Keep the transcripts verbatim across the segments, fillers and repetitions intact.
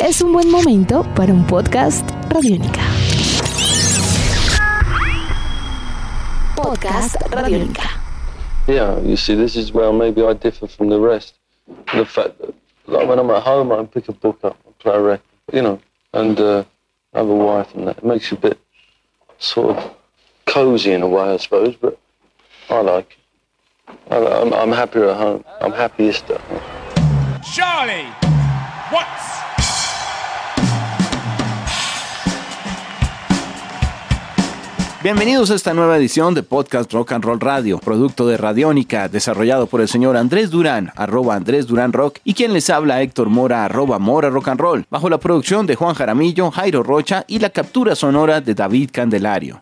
es un buen momento para un podcast Radiónica. Podcast Radiónica. Yeah, you see, this is where maybe I differ from the rest. The fact that, like, when I'm at home, I can pick a book up and play a record, you know, and uh, have a wife and that. It makes you a bit sort of cozy in a way, I suppose, but I like it. I, I'm, I'm happier at home. I'm happiest at home. Charlie Watts. Bienvenidos a esta nueva edición de Podcast Rock and Roll Radio, producto de Radiónica, desarrollado por el señor Andrés Durán, arroba Andrés Durán Rock, y quien les habla, Héctor Mora, arroba Mora Rock and Roll, bajo la producción de Juan Jaramillo, Jairo Rocha y la captura sonora de David Candelario.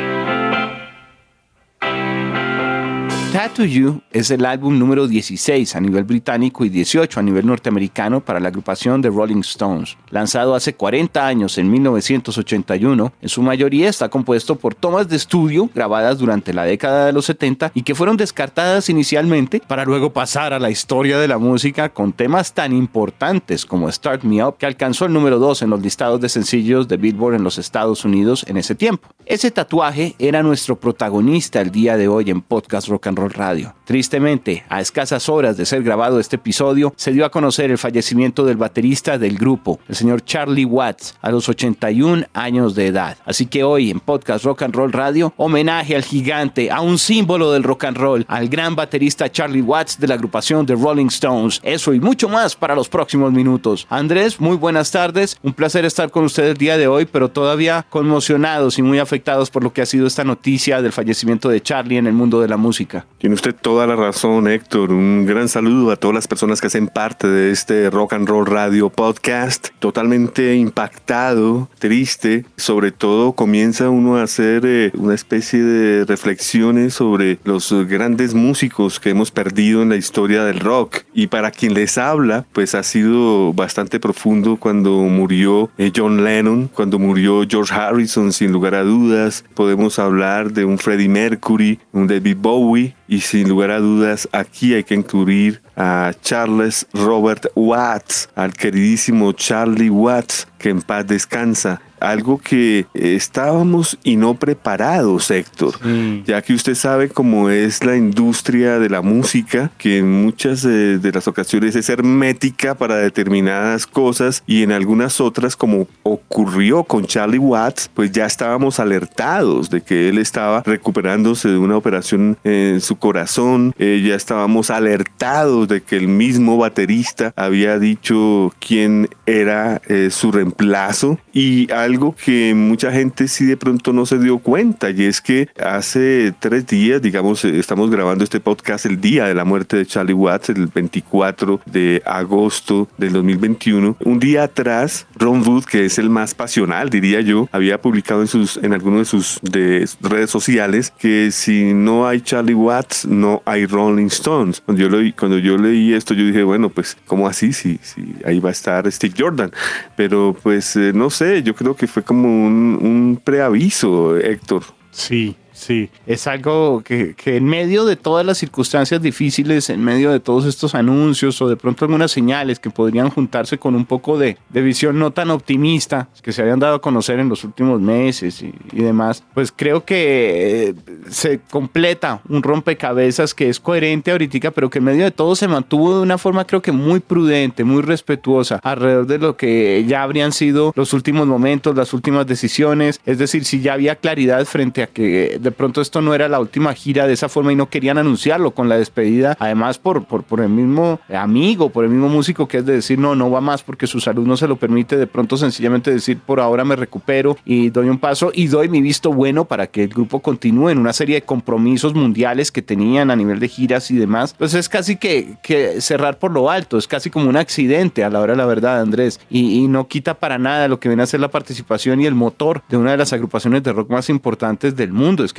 Tattoo You es el álbum número dieciséis a nivel británico y dieciocho a nivel norteamericano para la agrupación de Rolling Stones. Lanzado hace cuarenta años en mil novecientos ochenta y uno, en su mayoría está compuesto por tomas de estudio grabadas durante la década de los setenta y que fueron descartadas inicialmente para luego pasar a la historia de la música con temas tan importantes como Start Me Up, que alcanzó el número dos en los listados de sencillos de Billboard en los Estados Unidos en ese tiempo. Ese tatuaje era nuestro protagonista el día de hoy en Podcast Rock and Roll Radio. Tristemente, a escasas horas de ser grabado este episodio, se dio a conocer el fallecimiento del baterista del grupo, el señor Charlie Watts, a los ochenta y un años de edad. Así que hoy en Podcast Rock and Roll Radio, homenaje al gigante, a un símbolo del rock and roll, al gran baterista Charlie Watts de la agrupación de Rolling Stones. Eso y mucho más para los próximos minutos. Andrés, muy buenas tardes. Un placer estar con usted el día de hoy, pero todavía conmocionados y muy afectados por lo que ha sido esta noticia del fallecimiento de Charlie en el mundo de la música. Tiene usted toda la razón, Héctor. Un gran saludo a todas las personas que hacen parte de este Rock and Roll Radio Podcast. Totalmente impactado, triste. Sobre todo comienza uno a hacer eh, una especie de reflexiones sobre los grandes músicos que hemos perdido en la historia del rock. Y para quien les habla, pues ha sido bastante profundo cuando murió eh, John Lennon, cuando murió George Harrison, sin lugar a dudas. Podemos hablar de un Freddie Mercury, un David Bowie. Y sin lugar a dudas, aquí hay que incluir a Charles Robert Watts, al queridísimo Charlie Watts, que en paz descansa. Algo que estábamos y no preparados, Héctor, sí. Ya que usted sabe cómo es la industria de la música, que en muchas de, de las ocasiones es hermética para determinadas cosas y en algunas otras, como ocurrió con Charlie Watts, pues ya estábamos alertados de que él estaba recuperándose de una operación en su corazón, eh, ya estábamos alertados de que el mismo baterista había dicho quién era eh, su reemplazo, y algo que mucha gente sí de pronto no se dio cuenta, y es que hace tres días, digamos, estamos grabando este podcast el día de la muerte de Charlie Watts, el veinticuatro de agosto del dos mil veintiuno. Un día atrás, Ron Wood, que es el más pasional, diría yo, había publicado en sus en alguno de sus de redes sociales que si no hay Charlie Watts, no hay Rolling Stones. Cuando yo, lo, cuando yo leí esto, yo dije, bueno, pues, ¿cómo así? Si, si ahí va a estar Steve Jordan. Pero, pues, eh, no sé, yo creo que fue como un, un preaviso, Héctor. Sí, sí. Es algo que, que en medio de todas las circunstancias difíciles, en medio de todos estos anuncios o de pronto algunas señales que podrían juntarse con un poco de, de visión no tan optimista que se habían dado a conocer en los últimos meses y, y demás, pues creo que eh, se completa un rompecabezas que es coherente ahorita, pero que en medio de todo se mantuvo de una forma creo que muy prudente, muy respetuosa alrededor de lo que ya habrían sido los últimos momentos, las últimas decisiones. Es decir, si ya había claridad frente a que de pronto esto no era la última gira de esa forma y no querían anunciarlo con la despedida, además por, por, por el mismo amigo, por el mismo músico, que es de decir no, no va más porque su salud no se lo permite, de pronto sencillamente decir por ahora me recupero y doy un paso y doy mi visto bueno para que el grupo continúe en una serie de compromisos mundiales que tenían a nivel de giras y demás. Pues es casi que, que cerrar por lo alto, es casi como un accidente a la hora de la verdad, Andrés, y, y no quita para nada lo que viene a ser la participación y el motor de una de las agrupaciones de rock más importantes del mundo. Es que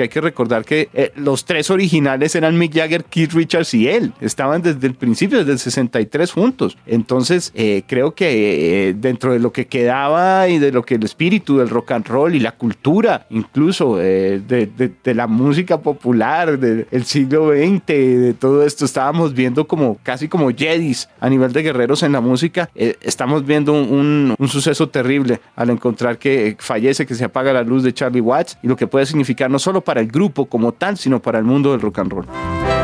porque hay que recordar que eh, los tres originales eran Mick Jagger, Keith Richards y él. Estaban desde el principio, desde el sesenta y tres juntos. Entonces, eh, creo que eh, dentro de lo que quedaba y de lo que el espíritu del rock and roll y la cultura, incluso eh, de, de, de la música popular del siglo veinte, de todo esto, estábamos viendo como casi como jedis a nivel de guerreros en la música. Eh, estamos viendo un, un, un suceso terrible al encontrar que fallece, que se apaga la luz de Charlie Watts, y lo que puede significar no solo para el grupo como tal, sino para el mundo del rock and roll.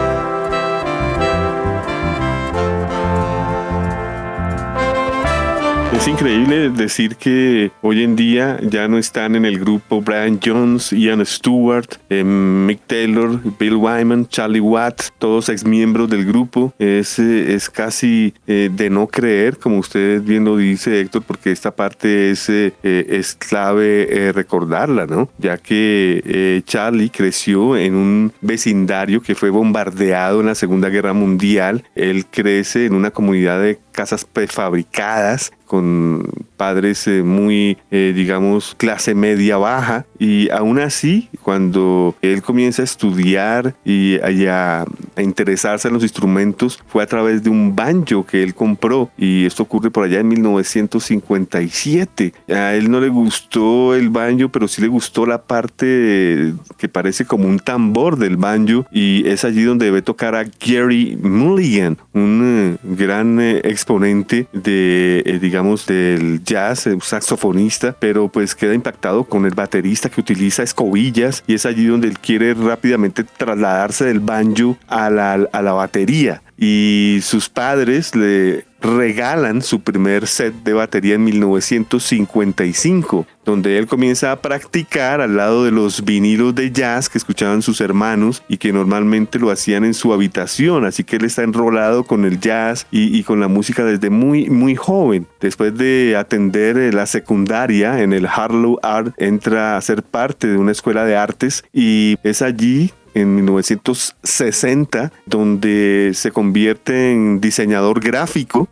Es increíble decir que hoy en día ya no están en el grupo Brian Jones, Ian Stewart, eh, Mick Taylor, Bill Wyman, Charlie Watts, todos exmiembros del grupo. Es, eh, es casi eh, de no creer, como usted bien lo dice, Héctor, porque esta parte es, eh, es clave eh, recordarla, ¿no? Ya que eh, Charlie creció en un vecindario que fue bombardeado en la Segunda Guerra Mundial. Él crece en una comunidad de casas prefabricadas con padres eh, muy, eh, digamos, clase media baja, y aún así, cuando él comienza a estudiar y a, a interesarse en los instrumentos, fue a través de un banjo que él compró, y esto ocurre por allá en mil novecientos cincuenta y siete. A él no le gustó el banjo, pero sí le gustó la parte que parece como un tambor del banjo, y es allí donde debe tocar a Gary Mulligan, un eh, gran eh, exponente de, eh, digamos, del jazz, un saxofonista, pero pues queda impactado con el baterista que utiliza escobillas, y es allí donde él quiere rápidamente trasladarse del banjo a la, a la batería. Y sus padres le regalan su primer set de batería en mil novecientos cincuenta y cinco, donde él comienza a practicar al lado de los vinilos de jazz que escuchaban sus hermanos y que normalmente lo hacían en su habitación. Así que él está enrolado con el jazz y, y con la música desde muy, muy joven. Después de atender la secundaria en el Harlow Art, entra a ser parte de una escuela de artes, y es allí en mil novecientos sesenta donde se convierte en diseñador gráfico,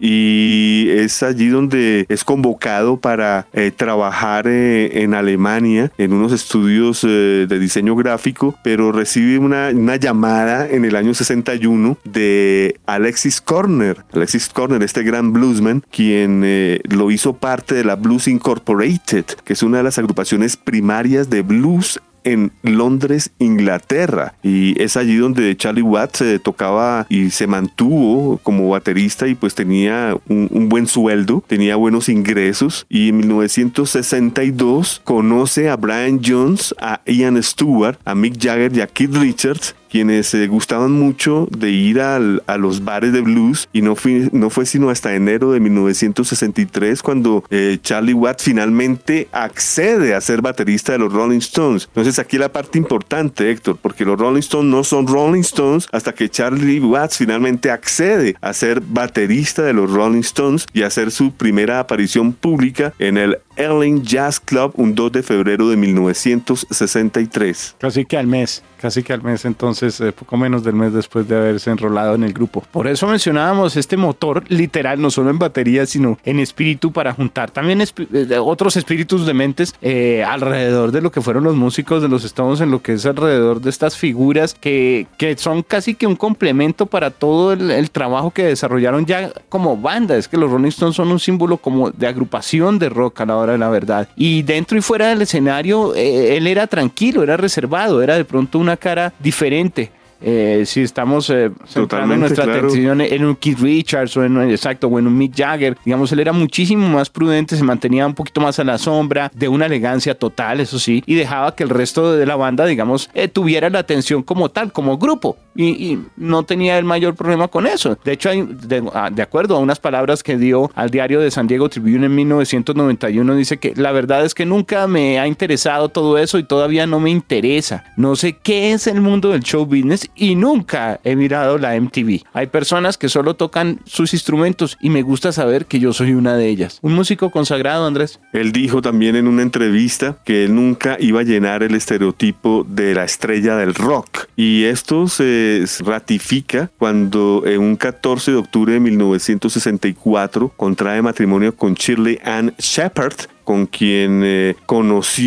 y es allí donde es convocado para eh, trabajar eh, en Alemania en unos estudios eh, de diseño gráfico, pero recibe una, una llamada en el año sesenta y uno de Alexis Korner. Alexis Korner, este gran bluesman, quien eh, lo hizo parte de la Blues Incorporated, que es una de las agrupaciones primarias de blues en Londres, Inglaterra, y es allí donde Charlie Watts eh, tocaba y se mantuvo como baterista, y pues tenía un, un buen sueldo, tenía buenos ingresos, y en mil novecientos sesenta y dos conoce a Brian Jones, a Ian Stewart, a Mick Jagger y a Keith Richards, quienes eh, gustaban mucho de ir al, a los bares de blues, y no fue, no fue sino hasta enero de mil novecientos sesenta y tres cuando eh, Charlie Watts finalmente accede a ser baterista de los Rolling Stones. Entonces aquí la parte importante, Héctor, porque los Rolling Stones no son Rolling Stones hasta que Charlie Watts finalmente accede a ser baterista de los Rolling Stones y a hacer su primera aparición pública en el Ealing Jazz Club un dos de febrero de mil novecientos sesenta y tres. Casi que al mes. Casi que al mes, entonces, eh, poco menos del mes después de haberse enrolado en el grupo. Por eso mencionábamos este motor literal, no solo en batería, sino en espíritu, para juntar también esp- eh, otros espíritus de mentes eh, alrededor de lo que fueron los músicos de los Stones, en lo que es alrededor de estas figuras que, que son casi que un complemento para todo el, el trabajo que desarrollaron ya como banda. Es que los Rolling Stones son un símbolo como de agrupación de rock a la hora de la verdad. Y dentro y fuera del escenario, eh, él era tranquilo, era reservado, era de pronto una cara diferente. Eh, si estamos eh, centrando nuestra claro. atención en un Keith Richards o en, exacto, o en un Mick Jagger, digamos, él era muchísimo más prudente, se mantenía un poquito más a la sombra, de una elegancia total, eso sí, y dejaba que el resto de la banda, digamos, eh, tuviera la atención como tal, como grupo, y, y no tenía el mayor problema con eso. De hecho, hay, de, de acuerdo a unas palabras que dio al diario de San Diego Tribune en mil novecientos noventa y uno, dice que la verdad es que nunca me ha interesado todo eso y todavía no me interesa. No sé qué es el mundo del show business y nunca he mirado la M T V. Hay personas que solo tocan sus instrumentos y me gusta saber que yo soy una de ellas. Un músico consagrado, Andrés. Él dijo también en una entrevista que él nunca iba a llenar el estereotipo de la estrella del rock, y esto se ratifica cuando en un catorce de octubre de mil novecientos sesenta y cuatro contrae matrimonio con Shirley Ann Shepard, con quien eh, conoció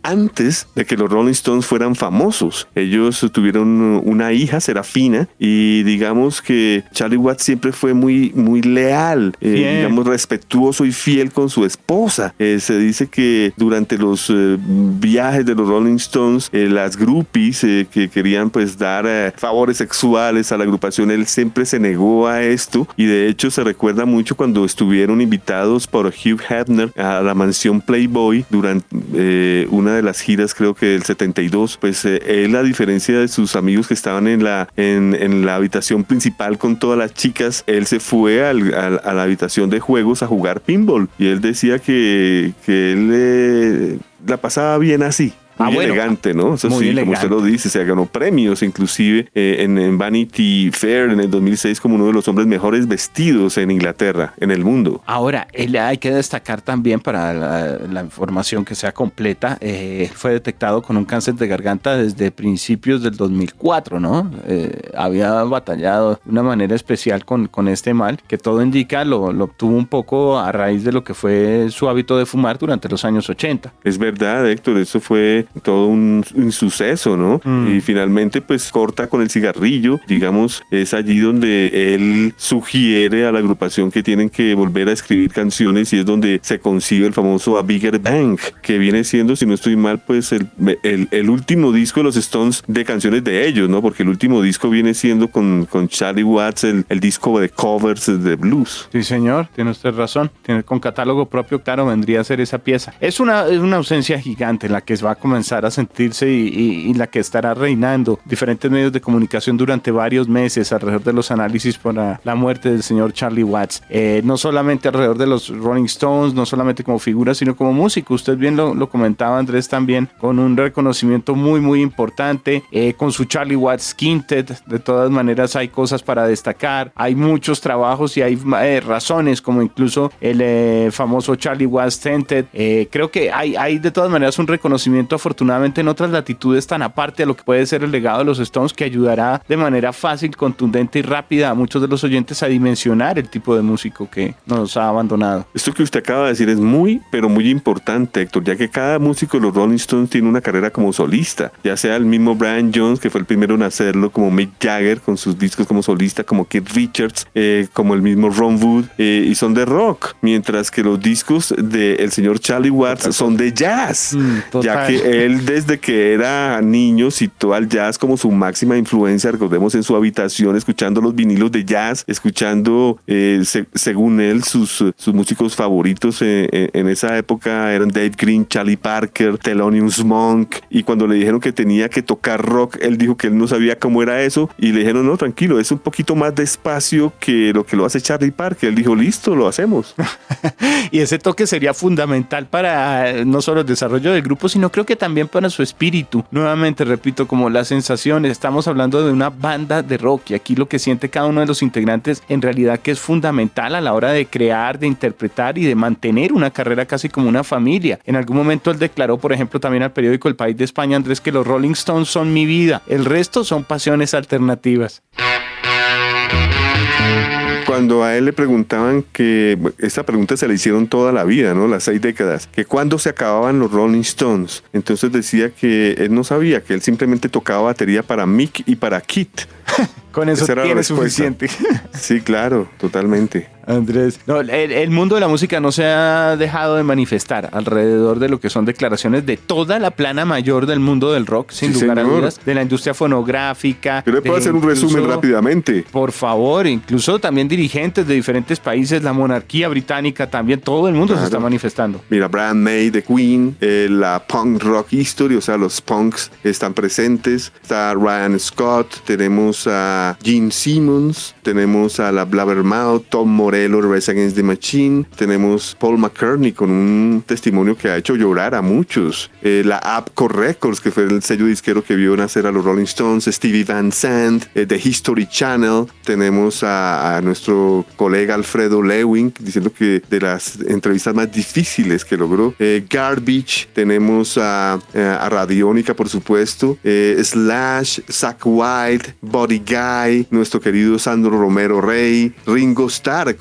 antes de que los Rolling Stones fueran famosos. Ellos tuvieron una hija, Serafina, y digamos que Charlie Watts siempre fue muy, muy leal, eh, digamos respetuoso y fiel con su esposa. Eh, se dice que durante los eh, viajes de los Rolling Stones, eh, las groupies eh, que querían pues dar eh, favores sexuales a la agrupación, él siempre se negó a esto, y de hecho se recuerda mucho cuando estuvieron invitados por Hugh Hefner a la mansión Playboy durante eh, una de las giras, creo que del setenta y dos, pues eh, él, a diferencia de sus amigos que estaban en la, en, en la habitación principal con todas las chicas, él se fue al, al, a la habitación de juegos a jugar pinball, y él decía que, que él eh, la pasaba bien así. Muy ah, bueno, elegante, ¿no? Eso sí, elegante. Como usted lo dice, se ganó premios, inclusive eh, en, en Vanity Fair en el dos mil seis como uno de los hombres mejores vestidos en Inglaterra, en el mundo. Ahora, él, hay que destacar también, para la, la información que sea completa, eh, fue detectado con un cáncer de garganta desde principios del dos mil cuatro, ¿no? Eh, había batallado de una manera especial con, con este mal, que todo indica lo, lo obtuvo un poco a raíz de lo que fue su hábito de fumar durante los años ochenta. Es verdad, Héctor, eso fue todo un, un suceso, ¿no? Mm. Y finalmente pues corta con el cigarrillo, digamos, es allí donde él sugiere a la agrupación que tienen que volver a escribir canciones, y es donde se consigue el famoso A Bigger Bang, que viene siendo, si no estoy mal, pues el, el, el último disco de los Stones de canciones de ellos, ¿no? Porque el último disco viene siendo con, con Charlie Watts, el, el disco de covers de blues. Sí, señor, tiene usted razón, tiene, con catálogo propio, claro, vendría a ser esa pieza. Es una, es una ausencia gigante la que va a comenzar a sentirse y, y, y la que estará reinando diferentes medios de comunicación durante varios meses alrededor de los análisis por la, la muerte del señor Charlie Watts. Eh, no solamente alrededor de los Rolling Stones, no solamente como figura, sino como músico. Usted bien lo, lo comentaba, Andrés, también, con un reconocimiento muy, muy importante, eh, con su Charlie Watts Quintet. De todas maneras, hay cosas para destacar, hay muchos trabajos y hay eh, razones, como incluso el eh, famoso Charlie Watts Quintet. Eh, creo que hay, hay de todas maneras un reconocimiento afortunado afortunadamente en otras latitudes tan aparte a lo que puede ser el legado de los Stones, que ayudará de manera fácil, contundente y rápida a muchos de los oyentes a dimensionar el tipo de músico que nos ha abandonado. Esto que usted acaba de decir es muy, pero muy importante, Héctor, ya que cada músico de los Rolling Stones tiene una carrera como solista, ya sea el mismo Brian Jones, que fue el primero en hacerlo, como Mick Jagger con sus discos como solista, como Keith Richards, eh, como el mismo Ron Wood, eh, y son de rock, mientras que los discos del señor Charlie Watts total, son de jazz, mm, ya que él desde que era niño citó al jazz como su máxima influencia. Recordemos, en su habitación escuchando los vinilos de jazz, escuchando eh, se, según él sus, sus músicos favoritos eh, eh, en esa época eran Dave Green, Charlie Parker, Thelonious Monk, y cuando le dijeron que tenía que tocar rock, él dijo que él no sabía cómo era eso, y le dijeron, no, tranquilo, es un poquito más despacio que lo que lo hace Charlie Parker. Él dijo, listo, lo hacemos. Y ese toque sería fundamental para no solo el desarrollo del grupo, sino creo que también para su espíritu. Nuevamente repito, como las sensaciones, estamos hablando de una banda de rock, y aquí lo que siente cada uno de los integrantes en realidad que es fundamental a la hora de crear, de interpretar y de mantener una carrera casi como una familia. En algún momento él declaró, por ejemplo, también al periódico El País de España, Andrés, que los Rolling Stones son mi vida, el resto son pasiones alternativas. Cuando a él le preguntaban, que esta pregunta se le hicieron toda la vida, ¿no? Las seis décadas, que cuándo se acababan los Rolling Stones, entonces decía que él no sabía, que él simplemente tocaba batería para Mick y para Keith. Con eso tiene suficiente. Sí, claro, totalmente. Andrés, no, el, el mundo de la música no se ha dejado de manifestar alrededor de lo que son declaraciones de toda la plana mayor del mundo del rock, sin sí, lugar señor. a dudas, de la industria fonográfica. Yo le puedo hacer un incluso, resumen rápidamente. Por favor, incluso también dirigentes de diferentes países, la monarquía británica también, todo el mundo claro. se está manifestando. Mira, Brian May de Queen, eh, la punk rock history, o sea, los punks están presentes, está Ryan Scott, tenemos a Gene Simmons, tenemos a la Blabbermouth, Tom Morello, Rage Against the Machine, tenemos Paul McCartney con un testimonio que ha hecho llorar a muchos, eh, la Apco Records, que fue el sello disquero que vio nacer a los Rolling Stones, Stevie Van Sant, eh, The History Channel, tenemos a, a nuestro colega Alfredo Lewin diciendo que de las entrevistas más difíciles que logró, eh, Garbage, tenemos a, a Radiónica, por supuesto, eh, Slash, Zakk Wylde, Buddy Guy, nuestro querido Sandro Romero Rey, Ringo Starr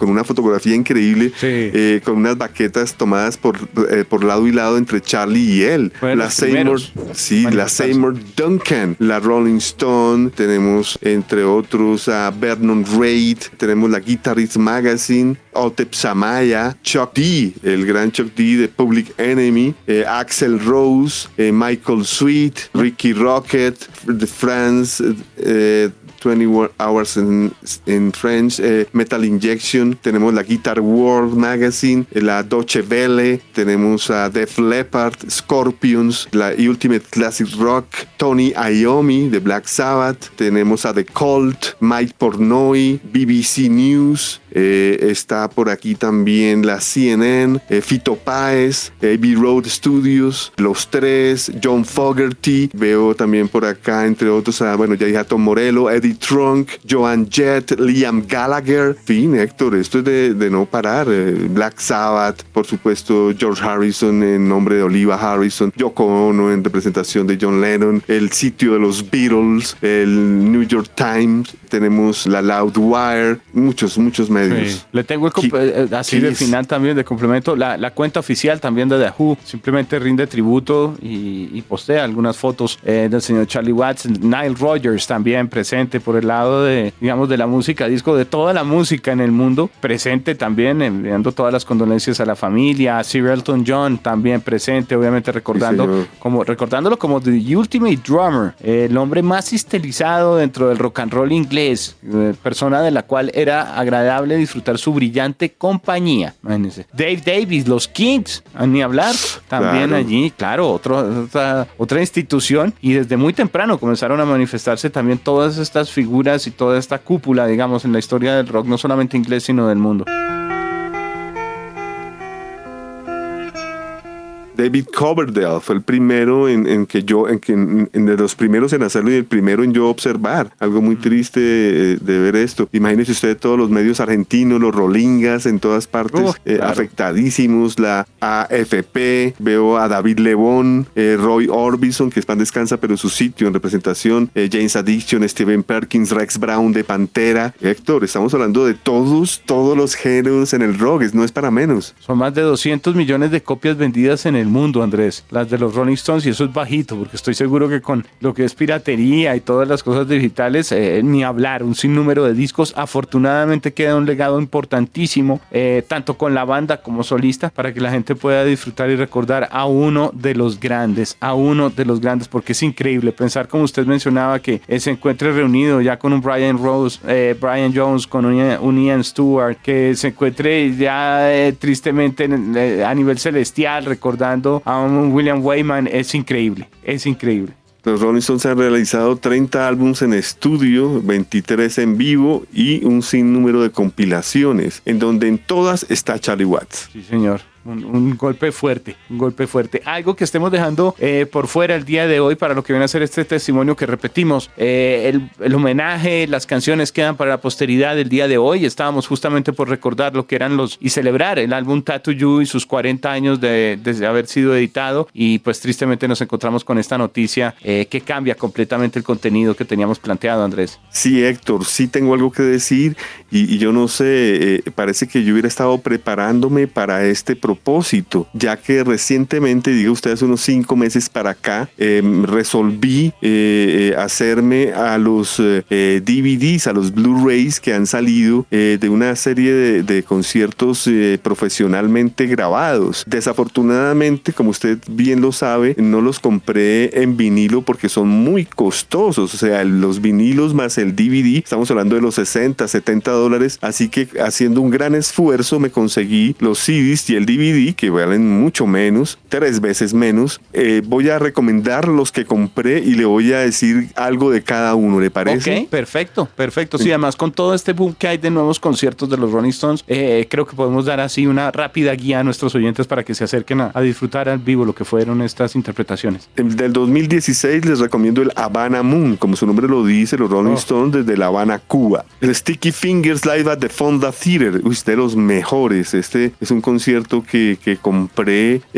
con una fotografía increíble, sí. eh, con unas baquetas tomadas por, eh, por lado y lado entre Charlie y él. Fue la Seymour, sí, la Seymour Duncan, la Rolling Stone, tenemos entre otros a Vernon Reid, tenemos la Guitarist Magazine, Otep Samaya, Chuck D, el gran Chuck D de Public Enemy, eh, Axl Rose, eh, Michael Sweet, Ricky Rocket, The France, eh, twenty-one hours in, in French, eh, Metal Injection, tenemos la Guitar World Magazine, eh, la Deutsche Welle, tenemos a Def Leppard, Scorpions, la Ultimate Classic Rock, Tony Iommi de Black Sabbath, tenemos a The Cult, Mike Portnoy, B B C News, eh, está por aquí también la C N N, eh, Fito Páez, Abbey Road Studios, Los Tres, John Fogerty, veo también por acá entre otros a, bueno, ya dije a Tom Morello, Eddie Trunk, Joan Jett, Liam Gallagher. En fin, Héctor, esto es de, de no parar. Eh, Black Sabbath, por supuesto, George Harrison en nombre de Oliva Harrison, Yoko Ono en representación de John Lennon, el sitio de los Beatles, el New York Times, tenemos la Loudwire, muchos, muchos medios. Sí. Le tengo el comp- He- así de final también de complemento, la, la cuenta oficial también de The Who, simplemente rinde tributo y, y postea algunas fotos eh, del señor Charlie Watts, Nile Rodgers también presente por el lado de, digamos, de la música disco, de toda la música en el mundo, presente también, enviando todas las condolencias a la familia, Sir Elton John también presente, obviamente recordando sí, como, recordándolo como The Ultimate Drummer, eh, el hombre más estilizado dentro del rock and roll inglés, eh, persona de la cual era agradable disfrutar su brillante compañía. Imagínense. Dave Davis, los Kings, ni hablar, también claro. allí, claro, otro, otra, otra institución, y desde muy temprano comenzaron a manifestarse también todas estas figuras y toda esta cúpula, digamos, en la historia del rock, no solamente inglés, sino del mundo. David Coverdale fue el primero en, en que yo, en que en, en de los primeros en hacerlo y el primero en yo observar. Algo muy triste de, de ver esto. Imagínense usted todos los medios argentinos, los rolingas en todas partes, uh, eh, claro. afectadísimos. La A F P, veo a David Lebón, eh, Roy Orbison, que es pan descansa, pero su sitio en representación, eh, James Addiction, Steven Perkins, Rex Brown de Pantera. Héctor, estamos hablando de todos, todos los géneros en el rock, no es para menos. Son más de doscientos millones de copias vendidas en el mundo, Andrés, las de los Rolling Stones, y eso es bajito, porque estoy seguro que con lo que es piratería y todas las cosas digitales, eh, ni hablar, un sinnúmero de discos. Afortunadamente queda un legado importantísimo, eh, tanto con la banda como solista, para que la gente pueda disfrutar y recordar a uno de los grandes, a uno de los grandes, porque es increíble pensar, como usted mencionaba, que eh, se encuentre reunido ya con un Brian Rose, eh, Brian Jones, con un, un Ian Stewart, que se encuentre ya eh, tristemente en, eh, a nivel celestial, recordando a un William Wayman. Es increíble, es increíble. Los Rolling Stones han realizado treinta álbumes en estudio, veintitrés en vivo y un sinnúmero de compilaciones, en donde en todas está Charlie Watts. Sí, señor. Un, un golpe fuerte, un golpe fuerte. Algo que estemos dejando eh, por fuera el día de hoy para lo que viene a ser este testimonio que repetimos. Eh, el, el homenaje, las canciones quedan para la posteridad del día de hoy. Estábamos justamente por recordar lo que eran los y celebrar el álbum Tattoo You y sus cuarenta años de, de haber sido editado, y pues tristemente nos encontramos con esta noticia eh, que cambia completamente el contenido que teníamos planteado, Andrés. Sí, Héctor, sí tengo algo que decir y, y yo no sé, eh, parece que yo hubiera estado preparándome para este programa propósito, ya que recientemente, diga usted, hace unos cinco meses para acá, eh, resolví eh, hacerme a los eh, D V Ds, a los Blu-rays que han salido eh, de una serie de, de conciertos eh, profesionalmente grabados. Desafortunadamente, como usted bien lo sabe, no los compré en vinilo porque son muy costosos, o sea, los vinilos más el D V D, estamos hablando de los sesenta, setenta dólares, así que haciendo un gran esfuerzo me conseguí los C Ds y el D V D que valen mucho menos, tres veces menos. Eh, voy a recomendar los que compré y le voy a decir algo de cada uno, ¿le parece? Ok, perfecto, perfecto. Sí, además con todo este boom que hay de nuevos conciertos de los Rolling Stones, eh, creo que podemos dar así una rápida guía a nuestros oyentes para que se acerquen a, a disfrutar al vivo lo que fueron estas interpretaciones. Del dos mil dieciséis les recomiendo el Havana Moon, como su nombre lo dice, los Rolling oh. Stones desde La Habana, Cuba. El Sticky Fingers Live at the Fonda Theater, uy, de los mejores. Este es un concierto que, que compré eh, sin saber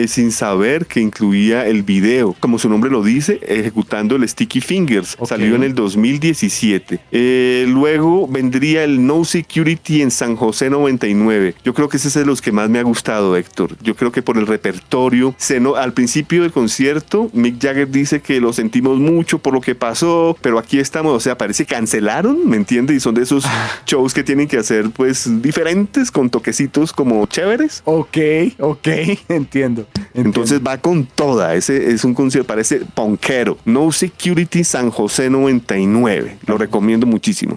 saber que incluía el video, como su nombre lo dice, ejecutando el Sticky Fingers. Okay. Salió en el dos mil diecisiete. Eh, luego vendría el No Security en San José noventa y nueve. Yo creo que ese es de los que más me ha gustado, Héctor. Yo creo que por el repertorio, se no, al principio del concierto, Mick Jagger dice que lo sentimos mucho por lo que pasó, pero aquí estamos, o sea, parece que cancelaron, ¿me entiendes? Y son de esos shows que tienen que hacer, pues, diferentes, con toquecitos como chéveres. Ok, ok, entiendo. entiendo. Entonces va con toda, ese es un concierto, parece punkero. No Security San José noventa y nueve, lo recomiendo muchísimo.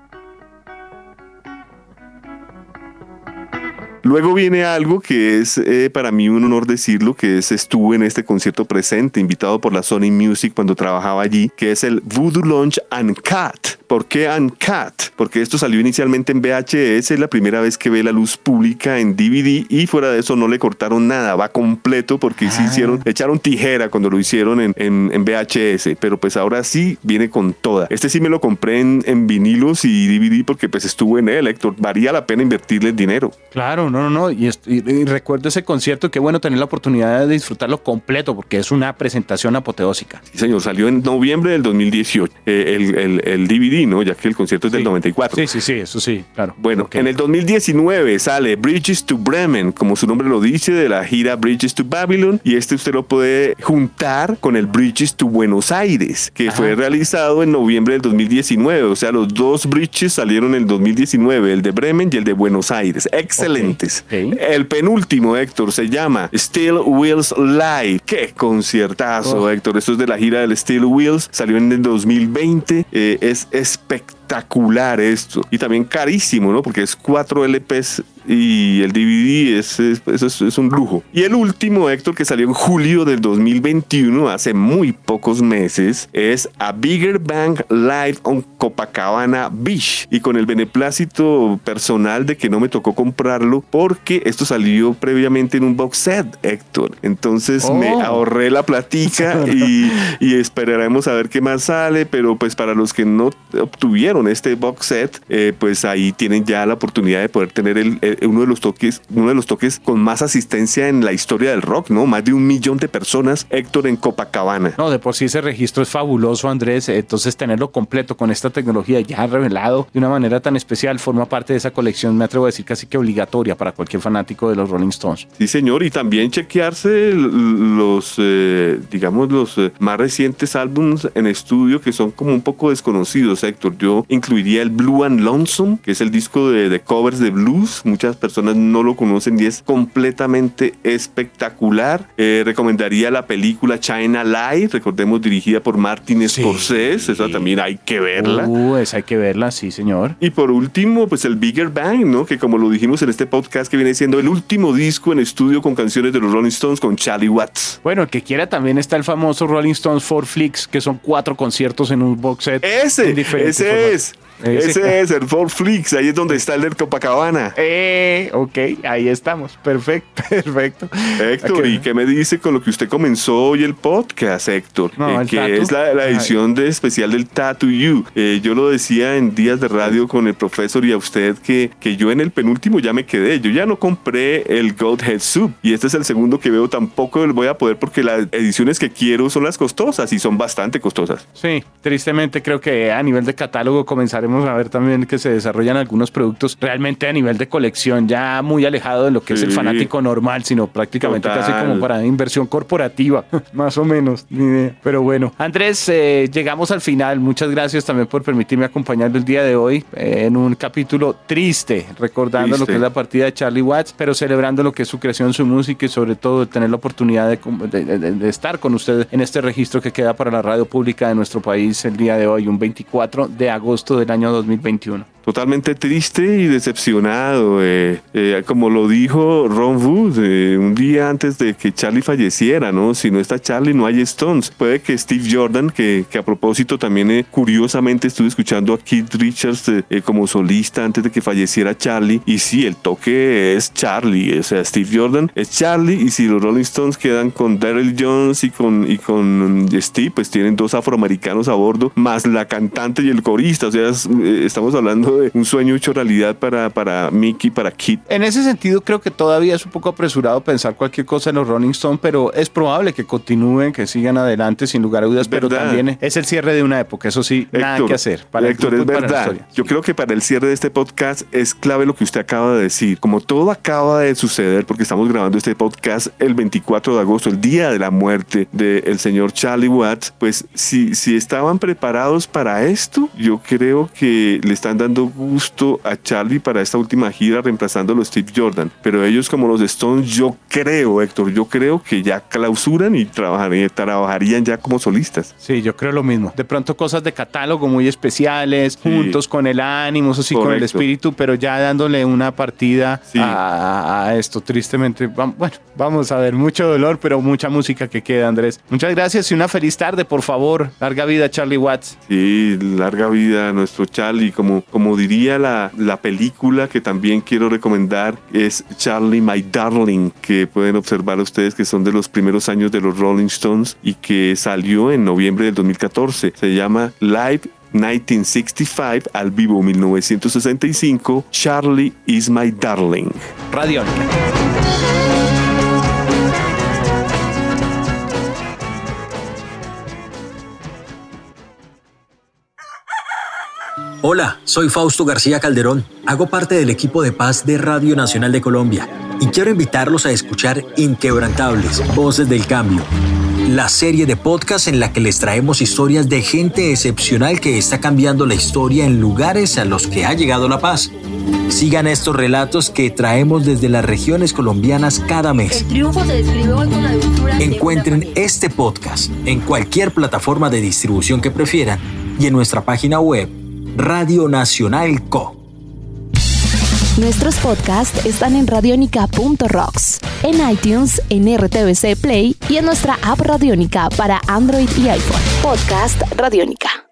Luego viene algo que es eh, para mí un honor decirlo, que es estuve en este concierto presente, invitado por la Sony Music cuando trabajaba allí, que es el Voodoo Lounge Uncut. ¿Por qué Uncut? Porque esto salió inicialmente en V H S, es la primera vez que ve la luz pública en D V D y fuera de eso no le cortaron nada, va completo porque ah. sí hicieron, echaron tijera cuando lo hicieron en, en, en V H S, pero pues ahora sí viene con toda. Este sí me lo compré en, en vinilos y D V D porque pues estuve en él, Héctor, valía la pena invertirle el dinero. Claro, no, no, no, y, y, y recuerdo ese concierto, qué bueno tener la oportunidad de disfrutarlo completo porque es una presentación apoteósica. Sí, señor, salió en noviembre del dos mil dieciocho, eh, el, el, el D V D, ¿no? Ya que el concierto es sí. del noventa y cuatro. Sí, sí, sí, eso sí, claro. Bueno, okay. En el dos mil diecinueve sale Bridges to Bremen, como su nombre lo dice, de la gira Bridges to Babylon, y este usted lo puede juntar con el Bridges to Buenos Aires, que Ajá. fue realizado en noviembre del dos mil diecinueve, o sea, los dos bridges salieron en el dos mil diecinueve, el de Bremen y el de Buenos Aires, excelentes. Okay. Okay. El penúltimo, Héctor, se llama Steel Wheels Live. ¡Qué conciertazo, oh. Héctor! Esto es de la gira del Steel Wheels, salió en el dos mil veinte, eh, es espectacular. Espectacular esto, y también carísimo, ¿no? Porque es cuatro L Pes y el D V D es, es, es, es un lujo. Y el último, Héctor, que salió en julio del dos mil veintiuno, hace muy pocos meses, es A Bigger Bang Live on Copacabana Beach, y con el beneplácito personal de que no me tocó comprarlo porque esto salió previamente en un box set, Héctor. Entonces oh. me ahorré la platica y, y esperaremos a ver qué más sale, pero pues para los que no obtuvieron este box set, eh, pues ahí tienen ya la oportunidad de poder tener el, el, uno de los toques, uno de los toques con más asistencia en la historia del rock, ¿no? Más de un millón de personas, Héctor, en Copacabana. No, de por sí ese registro es fabuloso, Andrés. Entonces tenerlo completo con esta tecnología ya revelado de una manera tan especial forma parte de esa colección, me atrevo a decir casi que obligatoria para cualquier fanático de los Rolling Stones. Sí, señor, y también chequearse los, eh, digamos, los eh, más recientes álbumes en estudio que son como un poco desconocidos, Héctor. Yo incluiría el Blue and Lonesome, que es el disco de, de covers de blues. Muchas personas no lo conocen y es completamente espectacular. Eh, recomendaría la película China Live, recordemos, dirigida por Martin Scorsese. Sí. Esa también hay que verla. Uh, esa hay que verla, sí, señor. Y por último, pues el Bigger Bang, ¿no? Que como lo dijimos en este podcast, que viene siendo el último disco en estudio con canciones de los Rolling Stones con Charlie Watts. Bueno, el que quiera también está el famoso Rolling Stones Four Flicks, que son cuatro conciertos en un box set. Ese, ese formatos. es. Ese, Ese es el Four Flicks, ahí es donde está el de Copacabana. Eh, ok, ahí estamos, perfecto, perfecto. Héctor, okay. ¿Y qué me dice con lo que usted comenzó hoy el podcast, Héctor? No, eh, el que tattoo. Es la, la edición de especial del Tattoo You. Eh, yo lo decía en Días de Radio con el profesor y a usted que, que yo en el penúltimo ya me quedé. Yo ya no compré el Goat Head Soup y este es el segundo que veo, tampoco lo voy a poder porque las ediciones que quiero son las costosas y son bastante costosas. Sí, tristemente creo que a nivel de catálogo comenzaremos a ver también que se desarrollan algunos productos realmente a nivel de colección ya muy alejado de lo que sí. es el fanático normal, sino prácticamente Total. casi como para inversión corporativa, más o menos, ni idea. Pero bueno, Andrés, eh, llegamos al final. Muchas gracias también por permitirme acompañarlo el día de hoy eh, en un capítulo triste, recordando triste. lo que es la partida de Charlie Watts, pero celebrando lo que es su creación, su música y sobre todo tener la oportunidad de, de, de, de estar con usted en este registro que queda para la radio pública de nuestro país el día de hoy, un veinticuatro de agosto del año dos mil veintiuno. Totalmente triste y decepcionado, eh, eh, como lo dijo Ron Wood eh, un día antes de que Charlie falleciera, ¿no? Si no está Charlie, no hay Stones. Puede que Steve Jordan, que, que a propósito también eh, curiosamente estuve escuchando a Keith Richards eh, eh, como solista antes de que falleciera Charlie, y sí, el toque es Charlie, o sea, Steve Jordan es Charlie, y si los Rolling Stones quedan con Daryl Jones y con, y con Steve, pues tienen dos afroamericanos a bordo, más la cantante y el corista, o sea, es, eh, estamos hablando de un sueño hecho realidad para, para Mickey, para Kid. En ese sentido creo que todavía es un poco apresurado pensar pasar cualquier cosa en los Rolling Stones, pero es probable que continúen, que sigan adelante sin lugar a dudas, pero ¿verdad? También es el cierre de una época, eso sí, Héctor, nada que hacer. Para Héctor, el es grupo y para la verdad. historia. Yo creo que para el cierre de este podcast es clave lo que usted acaba de decir. Como todo acaba de suceder, porque estamos grabando este podcast el veinticuatro de agosto, el día de la muerte del señor Charlie Watts, pues si, si estaban preparados para esto, yo creo que le están dando gusto a Charlie para esta última gira reemplazándolo a Steve Jordan. Pero ellos, como los Stones, yo creo, Héctor, yo creo que ya clausuran y trabajarían, trabajarían ya como solistas. Sí, yo creo lo mismo. De pronto cosas de catálogo muy especiales, sí. juntos con el ánimo, así con el espíritu, pero ya dándole una partida sí. a, a esto, tristemente. Bueno, vamos a ver, mucho dolor, pero mucha música que queda, Andrés. Muchas gracias y una feliz tarde, por favor. Larga vida, Charlie Watts. Sí, larga vida a nuestro Charlie. Como, como diría la, la película que también quiero recomendar, es Charlie My Darling, que pueden observar ustedes que son de los primeros años de los Rolling Stones y que salió en noviembre del dos mil catorce. Se llama Live mil novecientos sesenta y cinco, al vivo mil novecientos sesenta y cinco, Charlie is My Darling. Radiónica. Hola, soy Fausto García Calderón. Hago parte del equipo de paz de Radio Nacional de Colombia y quiero invitarlos a escuchar Inquebrantables, Voces del Cambio, la serie de podcast en la que les traemos historias de gente excepcional que está cambiando la historia en lugares a los que ha llegado la paz. Sigan estos relatos que traemos desde las regiones colombianas cada mes. El triunfo se describe hoy con la dulzura. Encuentren este podcast en cualquier plataforma de distribución que prefieran y en nuestra página web Radio Nacional Co. Nuestros podcasts están en radionica punto rocks, en iTunes, en R T V C Play y en nuestra app Radiónica para Android y iPhone. Podcast Radiónica.